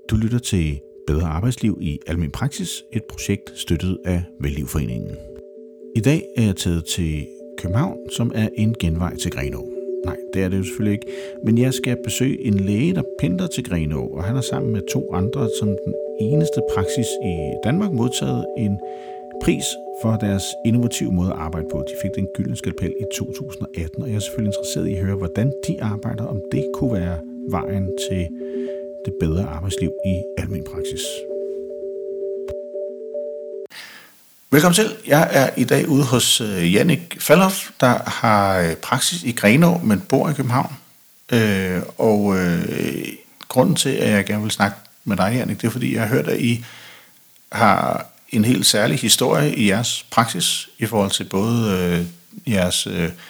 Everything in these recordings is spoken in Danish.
Du lytter til Bedre Arbejdsliv i Almen Praksis, et projekt støttet af Vellivforeningen. I dag er jeg taget til København, som er en genvej til Grenaa. Nej, det er det jo selvfølgelig ikke, men jeg skal besøge en læge, der pendler til Grenaa, og han har sammen med 2 andre som den eneste praksis i Danmark modtaget en pris for deres innovative måde at arbejde på. De fik den gyldne skalpel i 2018, og jeg er selvfølgelig interesseret i at høre, hvordan de arbejder, om det kunne være vejen til det bedre arbejdsliv i almen praksis. Velkommen til. Jeg er i dag ude hos Jannik Fallhoff, der har praksis i Grenaa, men bor i København. Grunden til, at jeg gerne vil snakke med dig, Jannik, det er, fordi jeg har hørt, at I har en helt særlig historie i jeres praksis, i forhold til både jeres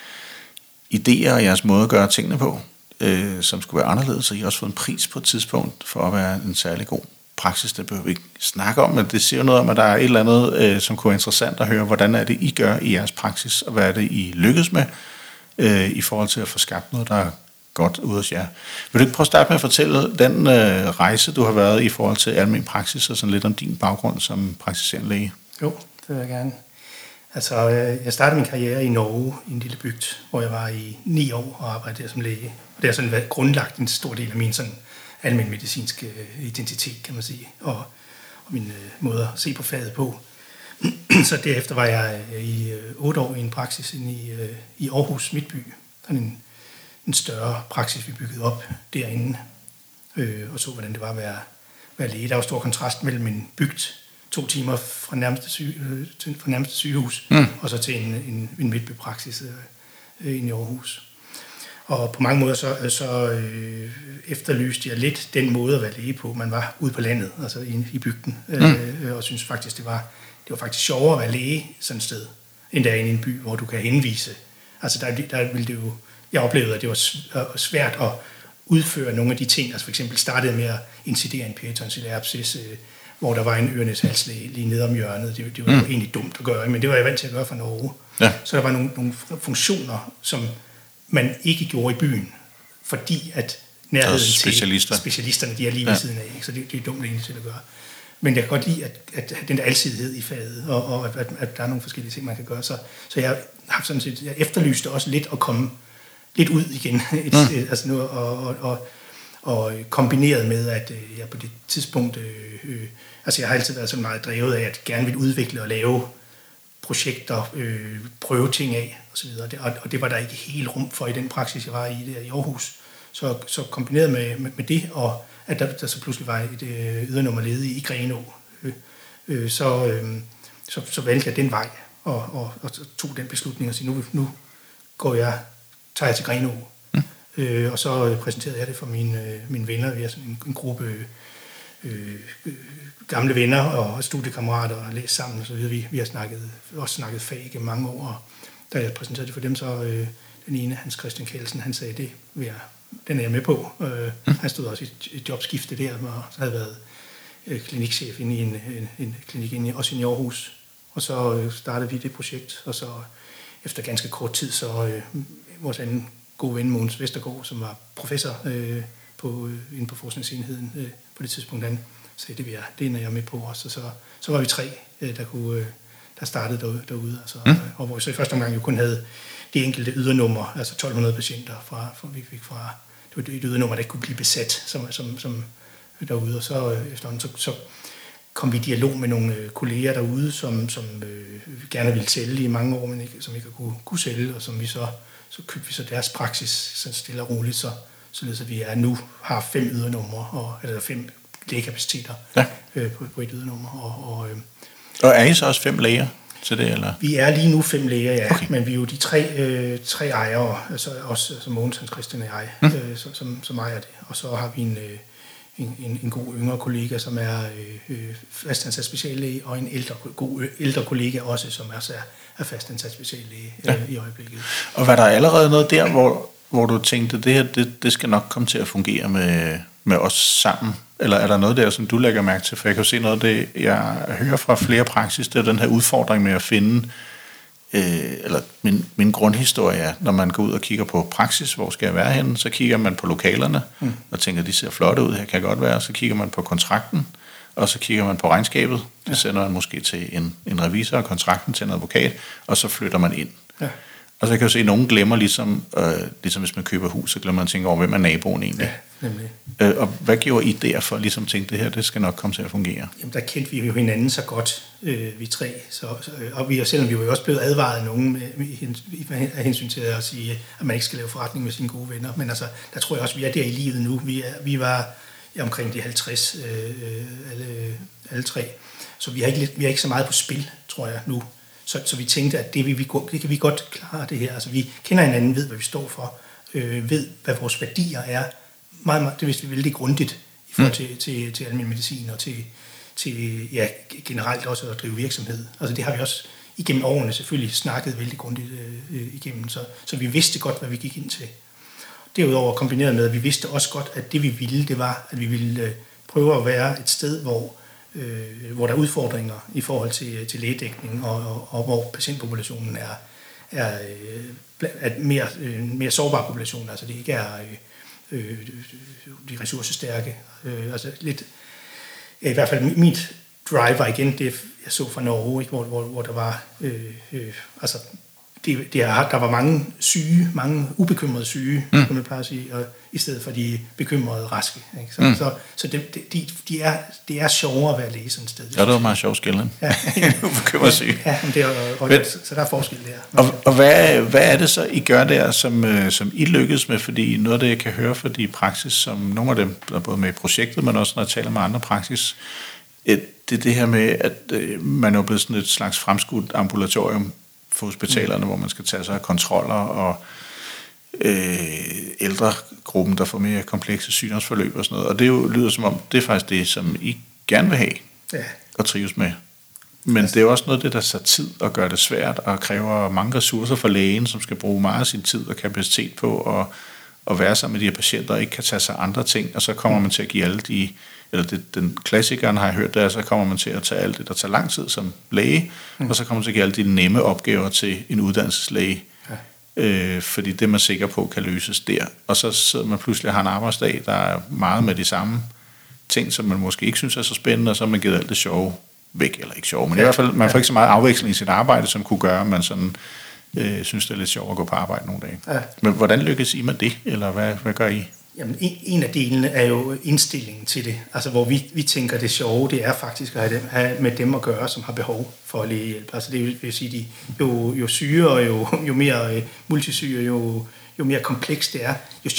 idéer og jeres måde at gøre tingene på, som skulle være anderledes, så I har også fået en pris på et tidspunkt for at være en særlig god praksis. Det behøver vi ikke snakke om, men det siger noget om, at der er et eller andet, som kunne være interessant at høre, hvordan er det, I gør i jeres praksis, og hvad er det, I lykkes med, i forhold til at få skabt noget, der er godt ud hos jer. Vil du ikke prøve at starte med at fortælle den rejse, du har været i forhold til almen praksis, og sådan lidt om din baggrund som praktiserende læge? Jo, det vil jeg gerne. Altså, jeg startede min karriere i Norge, i en lille bygd, hvor jeg var i 9 år og arbejdede der som læge. Og det har sådan været grundlagt en stor del af min sådan almenmedicinske identitet, kan man sige, og min måde at se på faget på. Så derefter var jeg i 8 år i en praksis i Aarhus Midtby. Sådan en større praksis, vi byggede op derinde, og så, hvordan det var at være læge. Der var stor kontrast mellem en bygd, 2 timer fra nærmeste sygehus, og så til en midtbypraksis inde i Aarhus. Og på mange måder så efterlyste jeg lidt den måde at være læge på. Man var ude på landet, altså i bygden, og synes faktisk, det var faktisk sjovere at være læge sådan et sted, end der inde i en by, hvor du kan henvise. Altså der ville det jo, jeg oplevede, at det var svært at udføre nogle af de ting. Altså for eksempel startede med at incidere en peritonsillær absces, hvor der var en ørenes-halslæge lige nede om hjørnet. Det var jo egentlig dumt at gøre, men det var jeg vant til at gøre fra Norge. Ja. Så der var nogle funktioner, som man ikke gjorde i byen, fordi at nærheden til specialisterne, de er lige ved siden af, ikke? Så det er dumt egentlig til at gøre. Men jeg kan godt lide, at den der alsidighed i faget, og at der er nogle forskellige ting, man kan gøre. Så jeg har sådan set, jeg efterlyste også lidt at komme lidt ud igen, altså nu, og kombineret med, at jeg på det tidspunkt, altså jeg har altid været sådan meget drevet af, at gerne vil udvikle og lave projekter, prøve ting af, og så videre. Og det var der ikke helt rum for i den praksis, jeg var i der i Aarhus. Så kombineret med det, og at der så pludselig var et ydernummer ledigt i Grenaa, så valgte jeg den vej, og tog den beslutning og sige, nu tager jeg til Grenaa. Og så præsenterede jeg det for mine venner. Vi er sådan en gruppe gamle venner og studiekammerater og læst sammen og så videre. Vi har snakket fag gennem mange år, og da jeg præsenterede det for dem, så den ene, Hans Christian Kjeldsen, han sagde, den er jeg med på. Han stod også i et jobskifte der, og så havde været klinikchef inde i en klinik også i Aarhus. Og så startede vi det projekt, og så efter ganske kort tid, så vores anden gode ven, Mogens Vestergaard, som var professor inde på forskningsenheden på det tidspunkt, han sagde, det er jeg med på også. Og så var vi 3, der startede derude. Altså, og hvor vi så i første omgang jo kun havde det enkelte ydernummer, altså 1200 patienter vi fik fra, det var et ydernummer, der ikke kunne blive besat som derude. Og så efterhånden, så kom vi i dialog med nogle kolleger derude, som gerne ville sælge i mange år, men som ikke kunne sælge, og som vi så købte vi så deres praksis så stille og roligt, således at vi har 5 ydernumre, eller 5 lægekapaciteter på et ydernummer. Og er I så også 5 læger til det, eller? Vi er lige nu 5 læger, ja, okay. Men vi er jo de 3 ejere, altså også altså Mogens, Hans Christian og jeg, som ejer det. Og så har vi en god yngre kollega, som er fastansat speciallæge, og en god ældre kollega også, som også er fastansat speciallæge i øjeblikket. Og var der allerede noget der, hvor du tænkte, det her, det skal nok komme til at fungere med os sammen? Eller er der noget der, som du lægger mærke til? For jeg kan jo se noget af det, jeg hører fra flere praksis, det er den her udfordring med at finde eller min grundhistorie er, når man går ud og kigger på praksis, hvor skal jeg være henne, så kigger man på lokalerne, og tænker, de ser flotte ud, her kan godt være, så kigger man på kontrakten, og så kigger man på regnskabet, det sender man måske til en revisor, og kontrakten til en advokat, og så flytter man ind. Ja. Og så kan jeg se, at nogen glemmer, ligesom hvis man køber hus, så glemmer man at tænke over, hvem er naboen egentlig. Ja, nemlig. Og hvad gjorde I derfor, ligesom tænkte, det her, det skal nok komme til at fungere? Jamen, der kendte vi jo hinanden så godt, vi tre. Og selvom vi jo også blevet advaret nogen af hensyn til at sige, at man ikke skal lave forretning med sine gode venner. Men altså, der tror jeg også, vi er der i livet nu. Vi var omkring de 50, alle tre. Så vi har ikke så meget på spil, tror jeg, nu. Så vi tænkte, at det kan vi godt klare det her. Altså, vi kender hinanden, ved, hvad vi står for, ved, hvad vores værdier er. Meget, meget, det vidste vi vældig grundigt i forhold til almen medicin og til generelt også at drive virksomhed. Altså, det har vi også igennem årene selvfølgelig snakket vældig grundigt igennem. Så vi vidste godt, hvad vi gik ind til. Derudover kombineret med, at vi vidste også godt, at det vi ville, det var, at vi ville prøve at være et sted, hvor der er udfordringer i forhold til lægedækning, og hvor patientpopulationen er mere sårbar population, altså det ikke er de ressourcestærke. Altså lidt, i hvert fald mit driver igen, det jeg så fra Norge, ikke, hvor der var altså der var mange syge, mange ubekymrede syge, som man plejer at sige, og i stedet for de bekymrede raske. Ikke? Så det er sjovere at være læge sådan et sted. Ja, det var meget sjovt skillende. Ja. Ubekymrede syge. Ja, så der er forskel der. Og hvad er det så, I gør der, som I lykkes med? Fordi noget af det, jeg kan høre for de praksis, som nogle af dem, der er både med i projektet, men også når jeg taler med andre praksis, det er det her med, at man er blevet sådan et slags fremskudt ambulatorium for hospitalerne, hvor man skal tage sig af kontroller og ældregruppen, der får mere komplekse sygdomsforløb og sådan noget. Og det jo lyder som om, det er faktisk det, som I gerne vil have og trives med. Men det er også noget af det, der tager tid og gør det svært og kræver mange ressourcer for lægen, som skal bruge meget af sin tid og kapacitet på at være sammen med de her patienter og ikke kan tage sig andre ting, og så kommer man til at give alle de, eller den klassikeren har jeg hørt, der så kommer man til at tage alt det, der tager lang tid som læge, og så kommer man til at give alle de nemme opgaver til en uddannelseslæge, fordi det man er sikker på kan løses der. Og så sidder man pludselig og har en arbejdsdag, der er meget med de samme ting, som man måske ikke synes er så spændende, og så har man givet alt det sjove væk, eller ikke sjove, men i hvert fald, man får ikke så meget afveksling i sit arbejde, som kunne gøre, at man sådan synes, det er lidt sjovt at gå på arbejde nogle dage. Ja. Men hvordan lykkes I med det, eller hvad gør I? Jamen, en af delene er jo indstillingen til det. Altså, hvor vi tænker, det sjove, det er faktisk at have med dem at gøre, som har behov for lægehjælp. Altså, det vil sige, jo syge og jo mere multisyge, jo mere komplekst det er,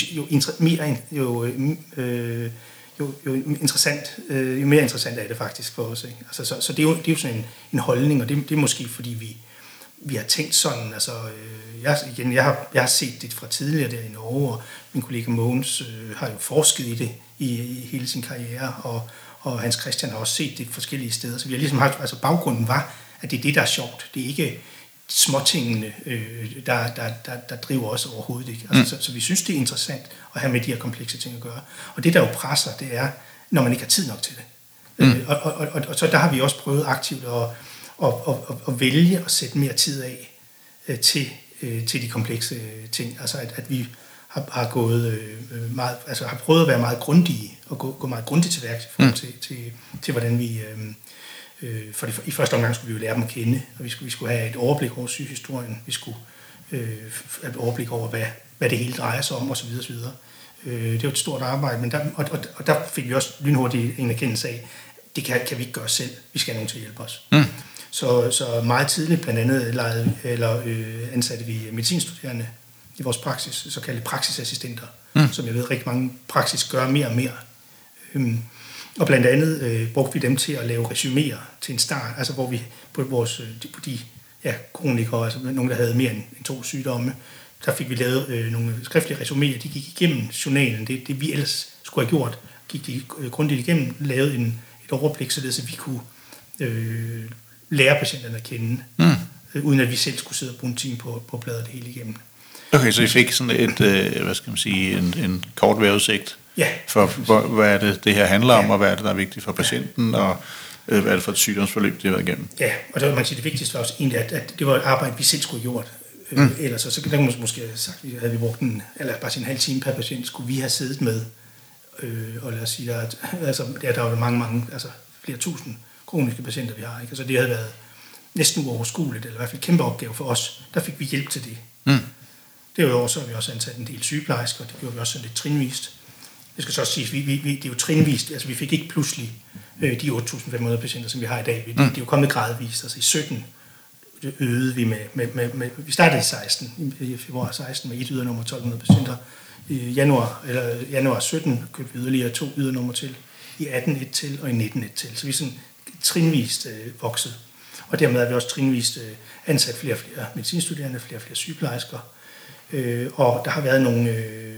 jo mere interessant er det faktisk for os. Ikke? Altså, så det er jo sådan en holdning, og det er måske, fordi vi har tænkt sådan, altså, jeg har set det fra tidligere der i Norge, og min kollega Mogens har jo forsket i det i hele sin karriere, og Hans Christian har også set det forskellige steder, så vi har ligesom haft, altså baggrunden var, at det er det, der er sjovt. Det er ikke småtingene, der driver os overhovedet ikke. Altså, så vi synes, det er interessant at have med de her komplekse ting at gøre. Og det, der jo presser, det er, når man ikke har tid nok til det. Og så der har vi også prøvet aktivt at vælge at sætte mere tid af til de komplekse ting. Altså at vi har gået meget, altså har prøvet at være meget grundige og gå meget grundigt til værks i forhold til hvordan vi for i første omgang skulle vi jo lære dem at kende, og vi skulle have et overblik over sygehistorien, vi skulle have et overblik over hvad det hele drejer sig om, og så videre, så videre. Det er jo et stort arbejde, men der fik vi også lynhurtigt en erkendelse af, det kan vi ikke gøre selv, vi skal have nogen til at hjælpe os. Så meget tidligt blandt andet ansatte vi medicinstuderende i vores praksis, såkaldte praksisassistenter, som jeg ved rigtig mange praksis gør mere og mere. Og blandt andet brugte vi dem til at lave resuméer til en start, altså hvor vi på de kronikere, altså nogen, der havde mere end 2 sygdomme, der fik vi lavet nogle skriftlige resuméer, de gik igennem journalen, det vi ellers skulle have gjort, gik de grundigt igennem, lavede et overblik, således at vi kunne lære patienterne at kende, uden at vi selv skulle sidde og bruge en time på at bladre det hele igennem. Okay, så I fik sådan en kort vejrudsigt for, hvad er det her handler om, og hvad er det, der er vigtigt for patienten, og hvad er det for et sygdomsforløb, de har været igennem? Ja, og man kan sige, det vigtigste var også egentlig, at det var et arbejde, vi selv skulle have gjort. Ellers så kan man måske have sagt, at havde vi brugt bare en halv time per patient, skulle vi have siddet med. Og lad os sige, der var mange, altså flere tusind kroniske patienter, vi har. Ikke? Altså det havde været næsten uoverskueligt, eller i hvert fald en kæmpe opgave for os. Der fik vi hjælp til det. Derudover så har vi også ansat en del sygeplejersker, og det gjorde vi også sådan lidt trinvist. Det skal så også siges, det er jo trinvist, altså vi fik ikke pludselig de 8.500 patienter, som vi har i dag. Det er jo kommet gradvist, altså i 17 øgede vi vi startede i 16, i februar 16 med et ydernummer 1.200 patienter. I januar 17 købte vi yderligere 2 ydernummer til, i 18 et til, og i 19 et til. Så vi er sådan trinvist vokset. Og dermed er vi også trinvist ansat flere og flere medicinstuderende, flere og flere sygeplejersker. Og der har været nogle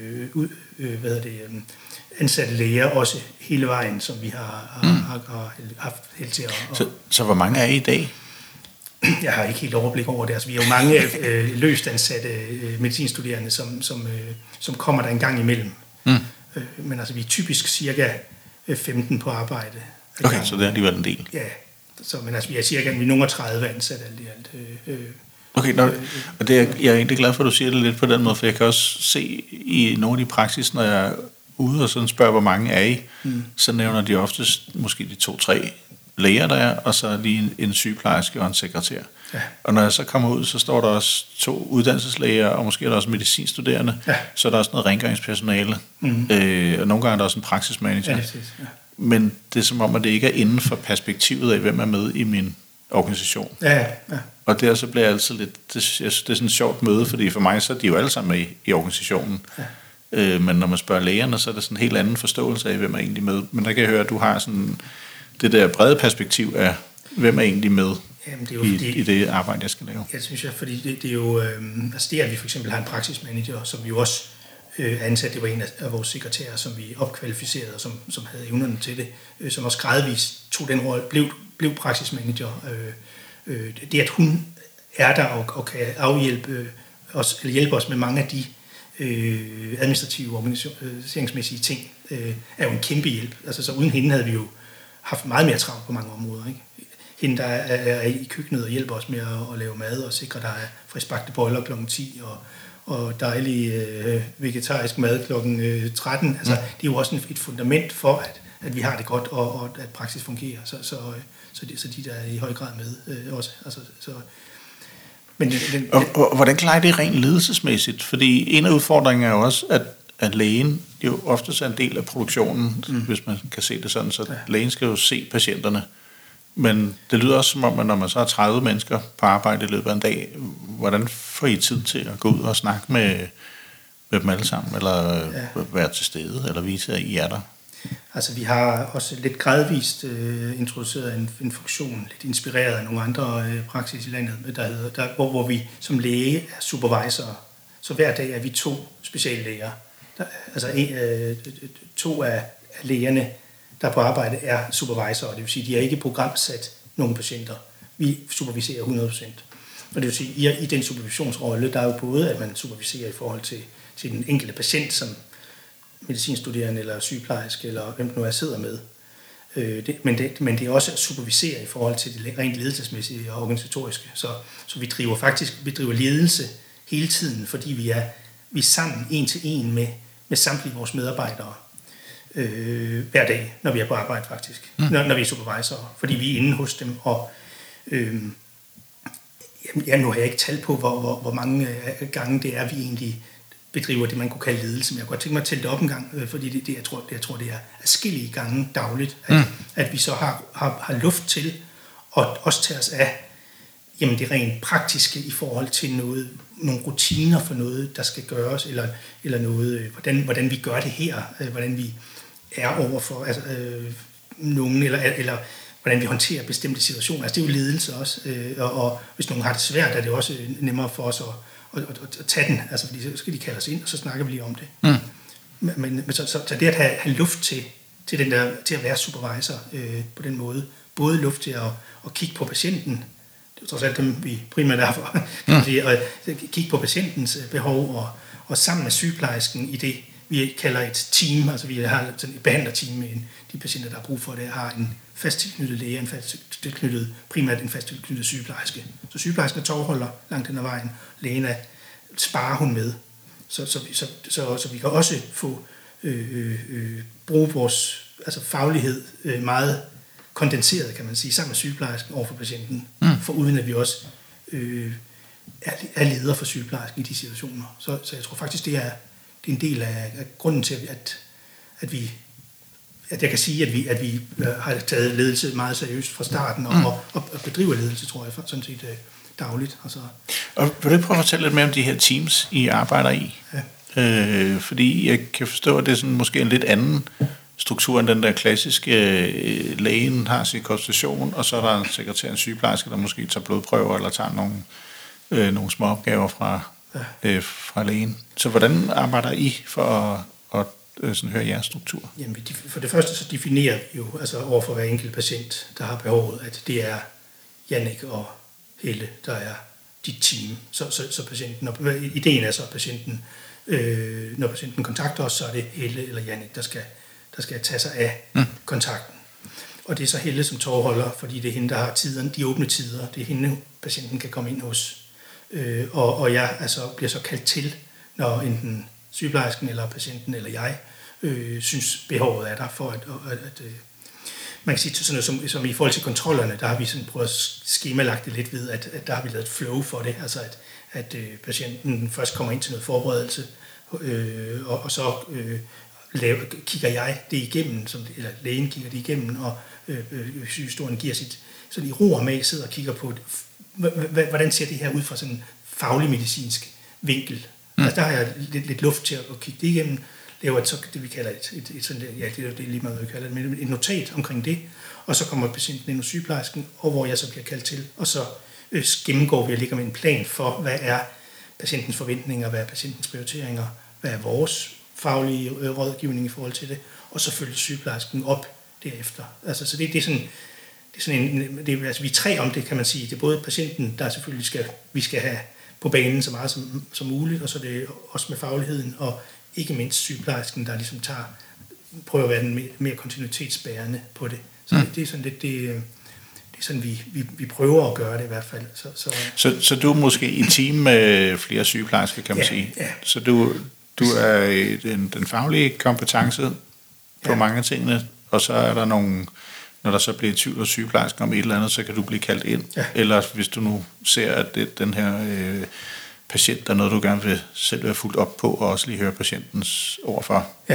ansatte læger også hele vejen, som vi har haft held til at... Så hvor mange er I i dag? Jeg har ikke helt overblik over det. Altså, vi er jo mange løst ansatte medicinstuderende, som kommer der en gang imellem. Men altså, vi er typisk cirka 15 på arbejde. Okay, så det er alligevel en del. Ja, men altså, vi er nogle 30 ansatte alt i alt. Okay, og jeg er egentlig glad for, at du siger det lidt på den måde, for jeg kan også se i nogle af de praksis, når jeg er ude og sådan spørger, hvor mange er I, så nævner de oftest måske de 2-3 læger, der er, og så lige en sygeplejerske og en sekretær. Ja. Og når jeg så kommer ud, så står der også 2 uddannelseslæger, og måske er der også medicinstuderende, så er der også noget rengøringspersonale, og nogle gange er der også en praksismanager. Ja. Men det er som om, at det ikke er inden for perspektivet af, hvem er med i min organisation. Ja. Og der så bliver jeg altid lidt, det er sådan et sjovt møde, fordi for mig så er de jo alle sammen med i organisationen. Ja. Men når man spørger lægerne, så er det sådan en helt anden forståelse af, hvem er egentlig med. Men der kan jeg høre, at du har sådan det der brede perspektiv af, hvem er egentlig med. Jamen, det er jo i det arbejde, jeg skal lave. Ja, det synes jeg, fordi det er jo, altså det, at vi for eksempel har en praksismanager, som vi jo også ansat, det var en af vores sekretærer, som vi opkvalificerede, som havde evnerne til det, som også gradvist tog den rolle, blev praksismanager. Det, at hun er der og kan afhjælpe os, eller hjælpe os med mange af de administrative og organiseringsmæssige ting, er jo en kæmpe hjælp. Altså, så uden hende havde vi jo haft meget mere travlt på mange områder. Ikke? Hende, der er i køkkenet og hjælper os med at lave mad og sikre, der er friskbagte boller kl. 10 og dejlig vegetarisk mad kl. 13. Altså, det er jo også et fundament for, at vi har det godt, og at praksis fungerer. Så de der er i høj grad med også. Altså, men og hvordan klarer det rent ledelsesmæssigt? Fordi en af udfordringerne er jo også, at lægen jo ofte er en del af produktionen, hvis man kan se det sådan, så lægen skal jo se patienterne. Men det lyder også som om, at når man så har 30 mennesker på arbejde i løbet af en dag, hvordan får I tid til at gå ud og snakke med dem alle sammen, eller være til stede, eller vise, at I er der? Altså, vi har også lidt gradvist introduceret en funktion, lidt inspireret af nogle andre praksis i landet, hvor vi som læge er supervisorer. Så hver dag er vi 2 speciallæger. Altså 2 af lægerne, der er på arbejde, er supervisorer. Det vil sige, de er ikke programsat nogle patienter. Vi superviserer 100%. Og det vil sige, i den supervisionsrolle, der er jo både, at man superviserer i forhold til den enkelte patient, som medicinstuderende eller sygeplejerske, eller hvem det nu er, sidder med. Men det er også at supervisere i forhold til det rent ledelsesmæssige og organisatoriske. Så vi driver ledelse hele tiden, fordi vi er sammen en til en med samtlige vores medarbejdere hver dag, når vi er på arbejde faktisk. Når vi er supervisorer, fordi vi er inde hos dem. Og nu har jeg ikke tal på, hvor mange gange det er, vi egentlig bedriver det, man kunne kalde ledelse. Men jeg kunne godt tænke mig at tælle det op en gang, fordi jeg tror, det er adskillige gange dagligt, at vi så har luft til at også tage os af det rent praktiske i forhold til nogle rutiner for noget, der skal gøres, eller noget, hvordan vi gør det her, hvordan vi er overfor nogen, eller hvordan vi håndterer bestemte situationer. Altså det er jo ledelse også, og hvis nogen har det svært, er det også nemmere for os at tage den, altså fordi så skal de kalde os ind, og så snakker vi lige om det. Men så det at have luft til at være supervisor på den måde, både luft til at kigge på patienten, det er trods alt dem, vi primært er for, at kigge på patientens behov, og sammen med sygeplejersken i det, vi kalder et team, altså vi har sådan et behandlerteam med de patienter, der har brug for det, har en fast tilknyttet læge, primært en fast tilknyttet sygeplejerske. Så sygeplejersken er tovholder langt hen ad vejen, lægen sparer hun med. Så vi kan også få bruge vores faglighed meget kondenseret, kan man sige, sammen med sygeplejersken over for patienten, for uden at vi også er leder for sygeplejersken i de situationer. Så jeg tror faktisk, det er en del af grunden til, at jeg kan sige, at vi har taget ledelse meget seriøst fra starten, og bedriver ledelse, tror jeg, sådan set dagligt. Og vil du ikke prøve at fortælle lidt mere om de her teams, I arbejder i? Ja. Fordi jeg kan forstå, at det er sådan måske en lidt anden struktur end den der klassiske lægen har sin konsultation, og så er der en sekretær, en sygeplejerske, der måske tager blodprøver eller tager nogle små opgaver fra lægen. Så hvordan arbejder I for at sådan høre jeres struktur? Jamen, for det første så definerer vi jo over for hver enkelt patient, der har behovet, at det er Jannik og Helle, der er dit team. Så patienten, og ideen er så, at patienten, når patienten kontakter os, så er det Helle eller Jannik, der skal tage sig af kontakten. Og det er så Helle som tovholder, fordi det er hende, der har tiderne, de åbne tider. Det er hende, patienten kan komme ind hos. Og jeg bliver så kaldt til, når enten sygeplejersken eller patienten eller jeg synes behovet er der for at man kan sige sådan noget som i forhold til kontrollerne, der har vi sådan prøvet at skemalagt det lidt ved, at der har vi lavet et flow for det, altså at patienten først kommer ind til noget forberedelse, og så kigger jeg det igennem, eller lægen kigger det igennem, og sygehistorien giver sit sådan i ro og mag sidder og kigger på, hvordan ser det her ud fra sådan en faglig medicinsk vinkel. Altså der har jeg lidt luft til at kigge det igennem, laver det vi kalder et sådan, ja, det er lige meget, hvad vi kalder det, men et notat omkring det, og så kommer patienten ind hos sygeplejersken, og hvor jeg så bliver kaldt til, og så gennemgår vi og ligger med en plan for, hvad er patientens forventninger, hvad er patientens prioriteringer, hvad er vores faglige rådgivning i forhold til det, og så følger sygeplejersken op derefter. Altså, så det er sådan vi er tre om det, kan man sige. Det er både patienten, der selvfølgelig vi skal have på banen så meget som muligt, og så er det også med fagligheden, og ikke mindst sygeplejersken, der ligesom prøver at være den mere kontinuitetsbærende på det. Så det er sådan lidt det er sådan, vi prøver at gøre det i hvert fald. Så du er måske i team med flere sygeplejersker, kan man sige? Ja. Så du er den faglige kompetence på mange af tingene, og så er der nogle, når der så bliver i tvivl af sygeplejersken om et eller andet, så kan du blive kaldt ind. Ja. Eller hvis du nu ser, at den her patient, der er noget, du gerne vil selv være fuldt op på, og også lige høre patientens ord for. Ja.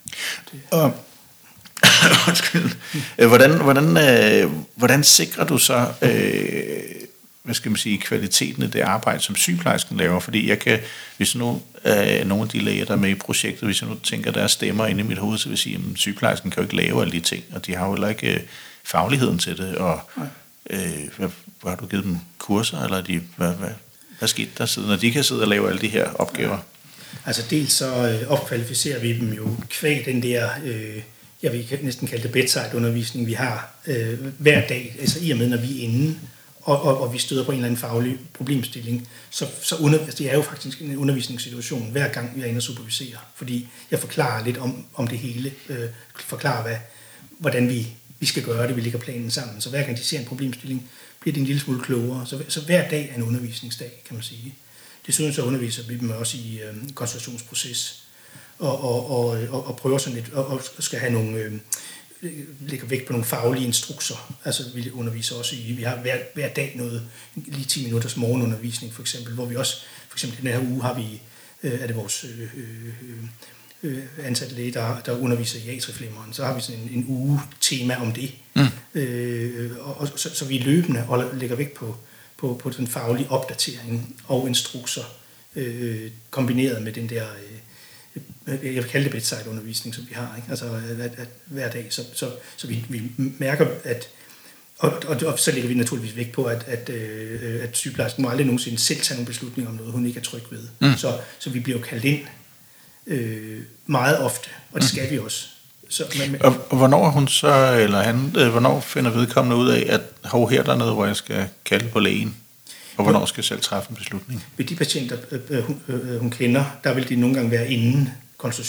Hvordan sikrer du så hvad skal man sige, kvaliteten af det arbejde, som sygeplejersken laver? Fordi hvis nu nogle af de læger, der er med i projektet, hvis jeg nu tænker deres stemmer inde i mit hoved, så vil jeg sige, at sygeplejersken kan jo ikke lave alle de ting, og de har jo heller ikke fagligheden til det. Og hvad har du givet dem kurser, eller hvad skete der siden, når de kan sidde og lave alle de her opgaver? Altså dels så opkvalificerer vi dem jo kvæg den der, jeg vil næsten kalde det bedside-undervisning, vi har hver dag, altså i og med, når vi er inde, og vi støder på en eller anden faglig problemstilling, så det er jo faktisk en undervisningssituation, hver gang vi er inde og supervisere, fordi jeg forklarer lidt om det hele, forklarer hvordan vi skal gøre det, vi lægger planen sammen, så hver gang de ser en problemstilling, bliver det en lille smule klogere, så hver dag er en undervisningsdag, kan man sige. Desuden så underviser vi dem også i koncentrationsproces, og prøver sådan lidt, og skal have nogle lægger vægt på nogle faglige instrukser. Altså vi underviser også vi har hver dag noget, lige 10 minutters morgenundervisning for eksempel, hvor vi også, for eksempel den her uge har vi, er det vores ansatte læge, der underviser i atrieflimmeren, så har vi sådan en uge tema om det. Og så vi løbende og lægger vægt på den faglige opdatering og instrukser, kombineret med den der jeg vil kalde det bedside-undervisning, som vi har, ikke? Altså at hver dag, så vi mærker, at og så lægger vi naturligvis vægt på, at sygeplejersken må aldrig nogensinde selv tage nogle beslutninger om noget, hun ikke er tryg ved. Så vi bliver jo kaldt ind meget ofte, og det skal vi også. Og hvornår hun så, eller han, hvornår finder vedkommende ud af, at her er der noget, hvor jeg skal kalde på lægen? Og hvornår skal jeg selv træffe en beslutning? Ved de patienter, hun kender, der vil de nogle gange være inden konsultationen.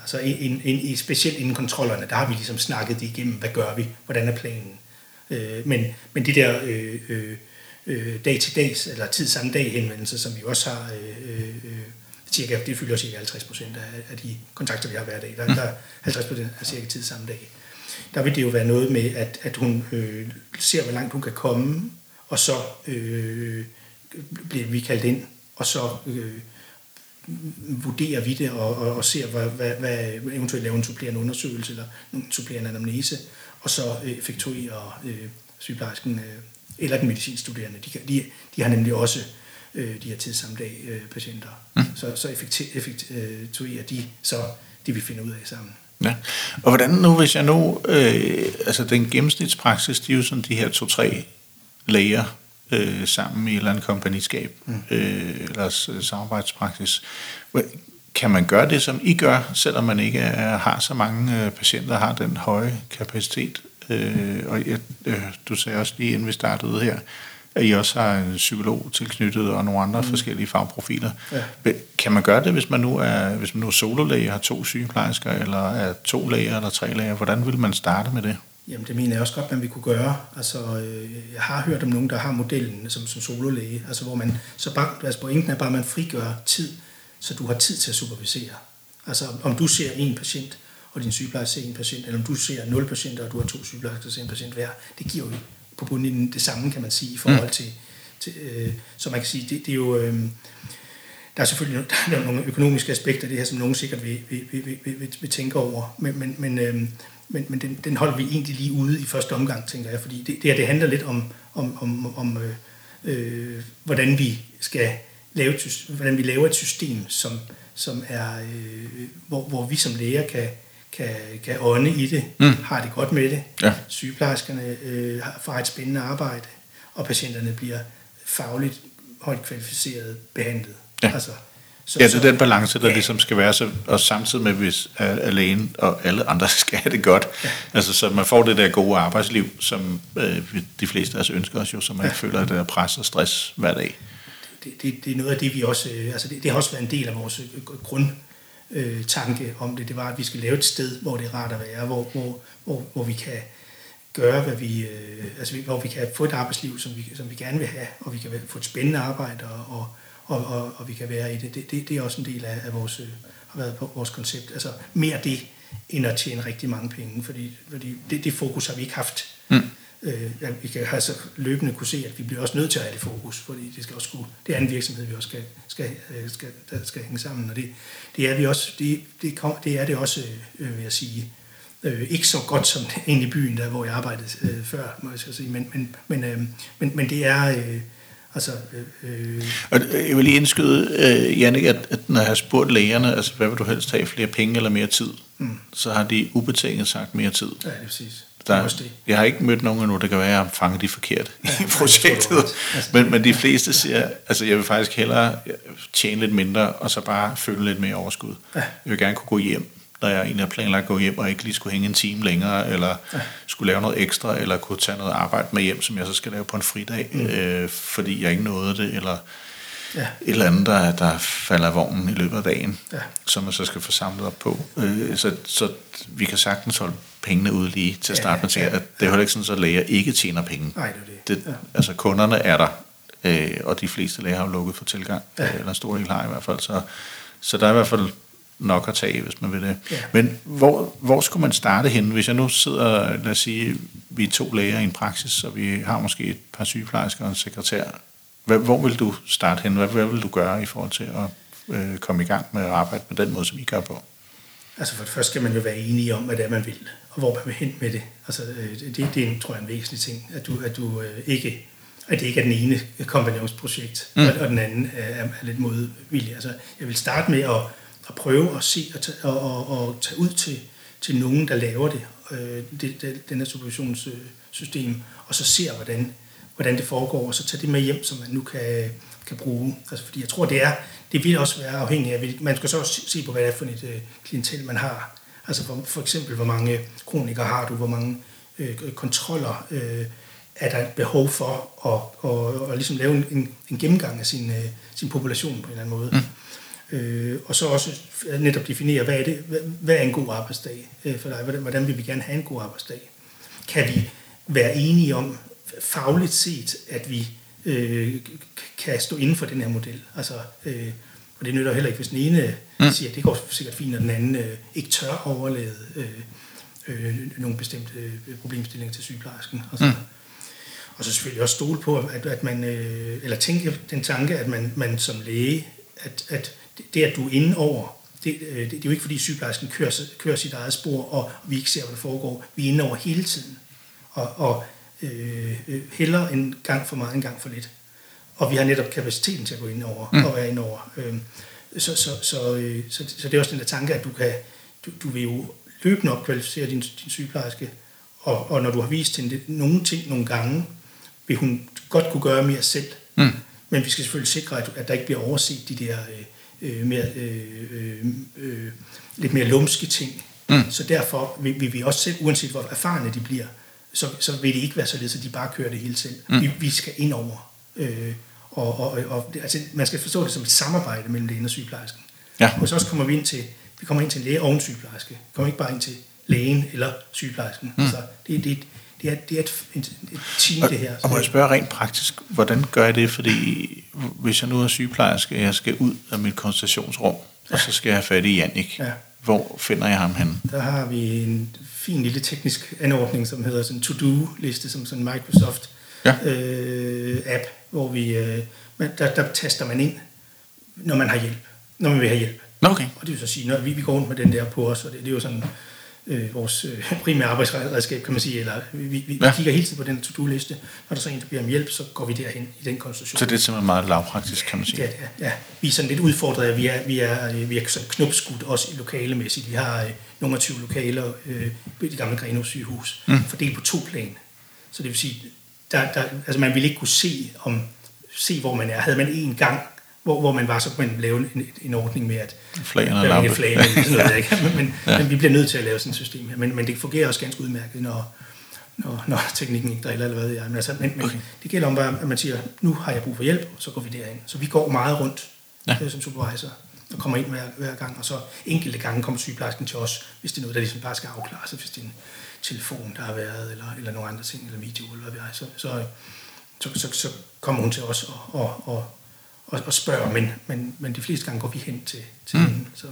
Altså specielt inden kontrollerne, der har vi ligesom snakket det igennem, hvad gør vi, hvordan er planen. Men det der dag-til-dags, eller tid samme dag henvendelser, som vi også har, det fylder cirka 50% af de kontakter, vi har hver dag. Der er 50% af cirka tid samme dag. Der vil det jo være noget med, at hun ser, hvor langt hun kan komme, og så bliver vi kaldt ind, og så vurderer vi det, og ser, hvad eventuelt lave en supplerende undersøgelse, eller en supplerende anamnese, og så effektuerer sygeplejersken eller den medicinstuderende. De har nemlig også de her tid samme dag patienter. Så effektuerer de så det, vi finder ud af sammen. Ja. Og hvordan nu, hvis jeg nu, altså den gennemsnitspraksis, de er jo sådan de her 2-3 læger sammen i et eller andet kompagniskab, eller samarbejdspraksis. Kan man gøre det, som I gør, selvom man ikke har så mange patienter, har den høje kapacitet? Og du sagde også lige inden vi startede her, at I også har en psykolog tilknyttet og nogle andre forskellige fagprofiler. Ja. Kan man gøre det, hvis man nu er sololæge, har 2 sygeplejersker, eller er 2 læger eller 3 læger? Hvordan vil man starte med det? Jamen det mener jeg også godt, man vil kunne gøre. Altså, jeg har hørt om nogen, der har modellen som sololæge, altså hvor man, pointen er bare, at man frigør tid, så du har tid til at supervisere. Altså om du ser en patient, og din sygeplejerske ser en patient, eller om du ser 0 patienter, og du har 2 sygeplejersker, der ser en patient hver, det giver jo på bunden det samme, kan man sige, i forhold til så man kan sige, det er jo, der er selvfølgelig nogle økonomiske aspekter af det her, som nogen sikkert vil tænke over, men den holder vi egentlig lige ude i første omgang, tænker jeg, fordi det handler lidt om hvordan vi skal hvordan vi laver et system, som er, hvor vi som læger kan ånde i det, har det godt med det. Ja. Sygeplejerskerne får et spændende arbejde, og patienterne bliver fagligt højt kvalificeret behandlet. Ja. Altså, det er den balance, der ligesom skal være, så, og samtidig med, hvis lægen og alle andre skal have det godt. Ja. Altså, så man får det der gode arbejdsliv, som de fleste af os ønsker os jo, så man ikke føler, at det er pres og stress hver dag. Det er noget af det, vi også... Altså det har også været en del af vores grundtanke om det. Det var, at vi skal lave et sted, hvor det er rart at være, hvor vi kan gøre, hvad vi... hvor vi kan få et arbejdsliv, som vi gerne vil have, og vi kan få et spændende arbejde, og vi kan være i det. Det er også en del af vores, har været på vores koncept. Altså mere det, end at tjene rigtig mange penge, fordi det fokus har vi ikke haft. Vi kan altså løbende kunne se, at vi bliver også nødt til at have det fokus, fordi det er en virksomhed, vi også skal hænge sammen, og det er vi også, det er det også, vil jeg sige, ikke så godt som inde i byen, der hvor jeg arbejdede før, må jeg sige, men det er Og jeg vil lige indskyde, Jannik, at når jeg har spurgt lægerne, altså hvad vil du helst have, flere penge eller mere tid, så har de ubetinget sagt mere tid. Ja, det er præcis. Jeg har ikke mødt nogen endnu, der kan være, at jeg har fanget de forkert i projektet. Men de fleste siger, altså jeg vil faktisk hellere tjene lidt mindre, og så bare føle lidt mere overskud. Jeg vil gerne kunne gå hjem, når jeg egentlig har planlagt at gå hjem, og ikke lige skulle hænge en time længere, eller skulle lave noget ekstra, eller kunne tage noget arbejde med hjem, som jeg så skal lave på en fridag, fordi jeg ikke nåede det, eller et eller andet, der falder af vognen i løbet af dagen, som man så skal få samlet op på. Så vi kan sagtens holde pengene ude lige til at starte med, at det er heller ikke sådan, at læger ikke tjener penge. Nej, det er det. Altså kunderne er der, og de fleste læger har jo lukket for tilgang, eller en stor del har i hvert fald, så der er i hvert fald nok at tage, hvis man vil det. Ja. Men hvor skulle man starte henne, hvis jeg nu sidder, lad os sige, vi er 2 læger i en praksis, og vi har måske et par sygeplejersker og en sekretær. Hvor vil du starte henne? Hvad vil du gøre i forhold til at komme i gang med at arbejde på den måde, som I gør på? Altså for det første skal man jo være enige om, hvad det er, man vil, og hvor man vil hen med det. Altså det tror jeg er en væsentlig ting, at det ikke er den ene kompagnonsprojekt, og den anden er lidt modvillig. Altså jeg vil starte med at prøve at se og tage ud til nogen, der laver den her supervisionssystem, og så ser, hvordan det foregår, og så tage det med hjem, som man nu kan bruge. Altså, fordi jeg tror, det vil også være afhængigt af, man skal så også se på, hvad det er for et klientel, man har. Altså for eksempel, hvor mange kronikere har du, hvor mange kontroller er der et behov for at ligesom lave en gennemgang af sin population på en eller anden måde. Og så også netop definere, hvad er en god arbejdsdag for dig? Hvordan vil vi gerne have en god arbejdsdag? Kan vi være enige om, fagligt set, at vi kan stå inden for den her model? Altså, og det nytter heller ikke, hvis den ene siger, at det går sikkert fint, og den anden ikke tør overlade nogle bestemte problemstillinger til sygeplejersken. Og så selvfølgelig også stole på, at man, eller tænke den tanke, at man som læge, at det, at du er inde over, det er jo ikke fordi sygeplejersken kører sit eget spor, og vi ikke ser, hvad der foregår. Vi er inde over hele tiden, og hellere en gang for meget, en gang for lidt. Og vi har netop kapaciteten til at gå ind over, og være inde over. Så det er også den der tanke, at du vil jo løbende opkvalificere din sygeplejerske, og når du har vist hende nogle ting nogle gange, vil hun godt kunne gøre mere selv. Men vi skal selvfølgelig sikre, at der ikke bliver overset de der lidt mere lumske ting. Så derfor vil vi også selv, uanset hvor erfarne de bliver, så vil det ikke være således, at de bare kører det hele selv. Vi skal ind over. Altså, man skal forstå det som et samarbejde mellem lægen og sygeplejersken. Ja. Og så også kommer vi ind til en læge og en sygeplejerske. Vi kommer ikke bare ind til lægen eller sygeplejersken. Altså, det er et team, det her. Og må jeg spørge rent praktisk, hvordan gør jeg det? Fordi hvis jeg nu er sygeplejerske, og jeg skal ud af mit konsultationsrum, og så skal jeg have fat i Jannik. Ja. Hvor finder jeg ham henne? Der har vi en fin lille teknisk anordning, som hedder sådan en to-do-liste, som sådan en Microsoft app, hvor vi der taster man ind, når man har hjælp, når man vil have hjælp. Okay. Og det vil så sige, når vi går rundt med den der på os, og det er jo sådan vores primære arbejdsredskab, kan man sige, eller vi kigger hele tiden på den to-do-liste. Når der så er en, der beder om hjælp, så går vi derhen i den konstruktion. Så det er simpelthen meget lavpraktisk, kan man sige. Ja. Vi er sådan lidt udfordret, at vi er sådan knopskudt også i lokalemæssigt. Vi har nogle 20 lokaler i det gamle Grenaa sygehus, fordelt på 2 plan. Så det vil sige, altså man ville ikke kunne se, hvor man er. Havde man en gang, hvor man var, så kunne man lave en ordning med, at flagene og lampe. Men vi bliver nødt til at lave sådan et system her. Men det fungerer også ganske udmærket, når teknikken ikke driller, eller hvad ved jeg. Men okay. Det gælder om, at man siger, nu har jeg brug for hjælp, så går vi derhen. Så vi går meget rundt som supervisor, og kommer ind hver gang, og så enkelte gange kommer sygeplejersken til os, hvis det er noget, der ligesom bare skal afklares, hvis det er en telefon, der har været, eller nogle andre ting, eller video, eller hvad ved jeg. Så kommer hun til os og spørger, men de fleste gange går vi hen til hende. Så,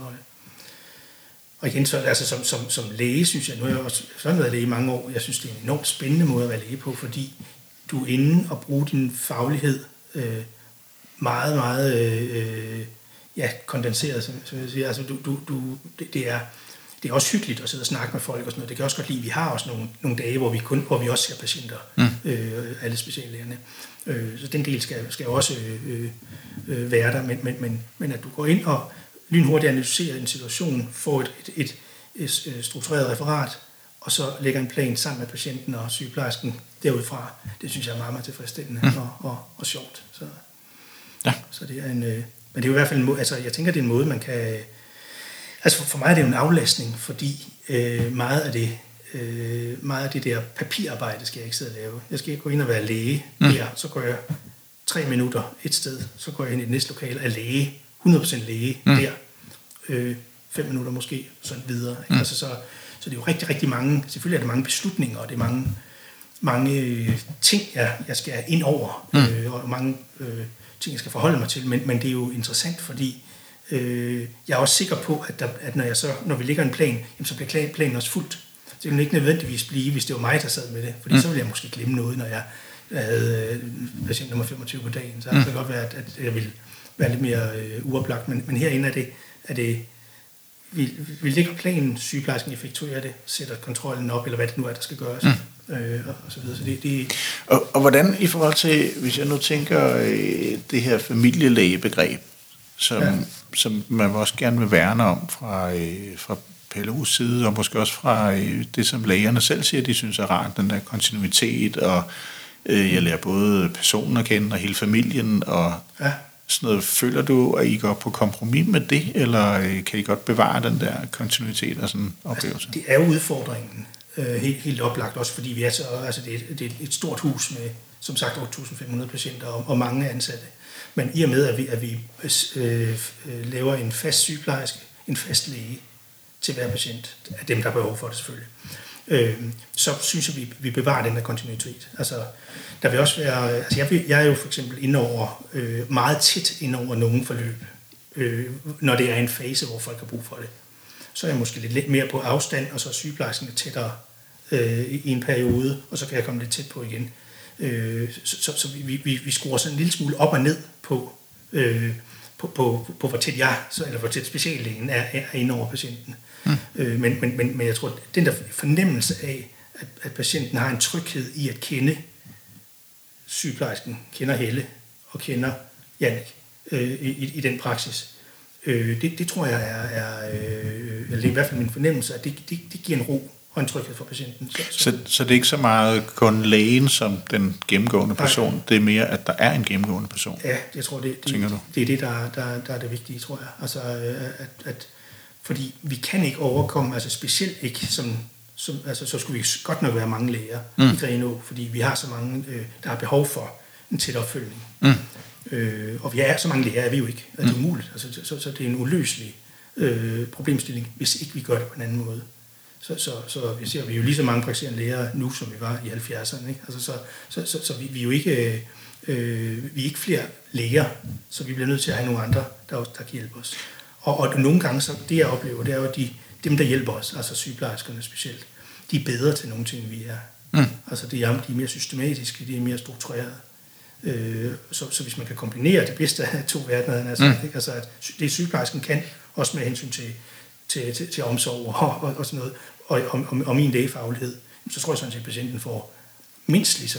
og igen, så, altså som læge, synes jeg, nu har jeg også sådan været læge i mange år, jeg synes, det er en enormt spændende måde at være læge på, fordi du er inde og bruger din faglighed meget, meget kondenseret, som jeg siger. Altså, det er også hyggeligt at sidde og snakke med folk og sådan noget. Det kan også godt lide, at vi har også nogle dage, hvor vi også ser patienter, alle speciallægerne. Så den del skal også være der, men at du går ind og lynhurtigt analyserer en situation, får et struktureret referat, og så lægger en plan sammen med patienten og sygeplejersken derudfra. Det synes jeg er meget, meget tilfredsstillende og sjovt. Så det er en... Men det er jo i hvert fald en måde, altså jeg tænker, det er en måde, man kan... Altså for mig er det jo en aflastning, fordi meget af det der papirarbejde skal jeg ikke sidde og lave. Jeg skal gå ind og være læge her, så går jeg 3 minutter et sted, så går jeg ind i det næste lokale af læge, 100% læge der, 5 minutter måske, sådan videre. Altså så det er jo rigtig, rigtig mange, selvfølgelig er det mange beslutninger, og det er mange ting, jeg skal ind over, og mange ting, jeg skal forholde mig til, men det er jo interessant, fordi jeg er også sikker på, at når vi lægger en plan, jamen, så bliver planen også fuldt. Det vil ikke nødvendigvis blive, hvis det var mig, der sad med det, fordi så ville jeg måske glemme noget, når jeg havde patient nummer 25 på dagen. Så det kan godt være, at jeg ville være lidt mere uoplagt, men herinde er det vi lægger planen, sygeplejersken effektuerer det, sætter kontrollen op, eller hvad det nu er, der skal gøres, og så videre. Så og hvordan i forhold til, hvis jeg nu tænker det her familielægebegreb, som man også gerne vil værne om fra PLO's side, og måske også fra det, som lægerne selv siger, de synes er rart, den der kontinuitet, og jeg lærer både personen at kende, og hele familien, og sådan noget. Føler du, at I går på kompromis med det, eller kan I godt bevare den der kontinuitet og sådan oplevelse? Altså, det er jo udfordringen, helt oplagt, også fordi vi er så, altså det er et stort hus som sagt 8.500 patienter og mange ansatte. Men i og med, at vi laver en fast sygeplejerske, en fast læge til hver patient, af dem, der har behov for det selvfølgelig, så synes jeg, vi bevarer den der kontinuitet. Altså, der vil også være, altså jeg er jo for eksempel meget tæt ind over nogle forløb, når det er en fase, hvor folk har brug for det. Så er jeg måske lidt mere på afstand, og så er sygeplejersken lidt tættere i en periode, og så kan jeg komme lidt tæt på igen. Så vi skruer sådan en lille smule op og ned på hvor tæt eller hvor tæt speciallægen er inde over patienten. Men jeg tror, at den der fornemmelse af, at patienten har en tryghed i at kende sygeplejersken, kender Helle og kender Jannik i den praksis, det tror jeg eller det er i hvert fald min fornemmelse, at det giver en ro og en tryghed for patienten. Så det er ikke så meget kun lægen som den gennemgående person, nej. Det er mere, at der er en gennemgående person? Ja, jeg tror, det er det, der er det vigtige, tror jeg. Altså, at fordi vi kan ikke overkomme, altså specielt ikke altså, så skulle vi godt nok være mange læger i Grenaa, fordi vi har så mange, der har behov for en tæt opfølgning. Og vi er så mange læger, er vi jo ikke. Altså, det er umuligt. Altså, så det er en uløselig problemstilling, hvis ikke vi gør det på en anden måde. Så vi ser, vi er jo lige så mange praktiserende læger nu, som vi var i 70'erne. Ikke? Altså, så vi er jo ikke, vi er ikke flere læger, så vi bliver nødt til at have nogle andre, der kan hjælpe os. Og nogle gange, så det jeg oplever, det er jo, at dem, der hjælper os, altså sygeplejerskerne specielt, de er bedre til nogle ting, vi er. Altså de er mere systematiske, de er mere strukturerede. Så hvis man kan kombinere det bedste af to verdener, altså at det sygeplejersken kan, også med hensyn til omsorg og sådan noget, og min lægefaglighed, så tror jeg sådan set, at patienten får mindst lige så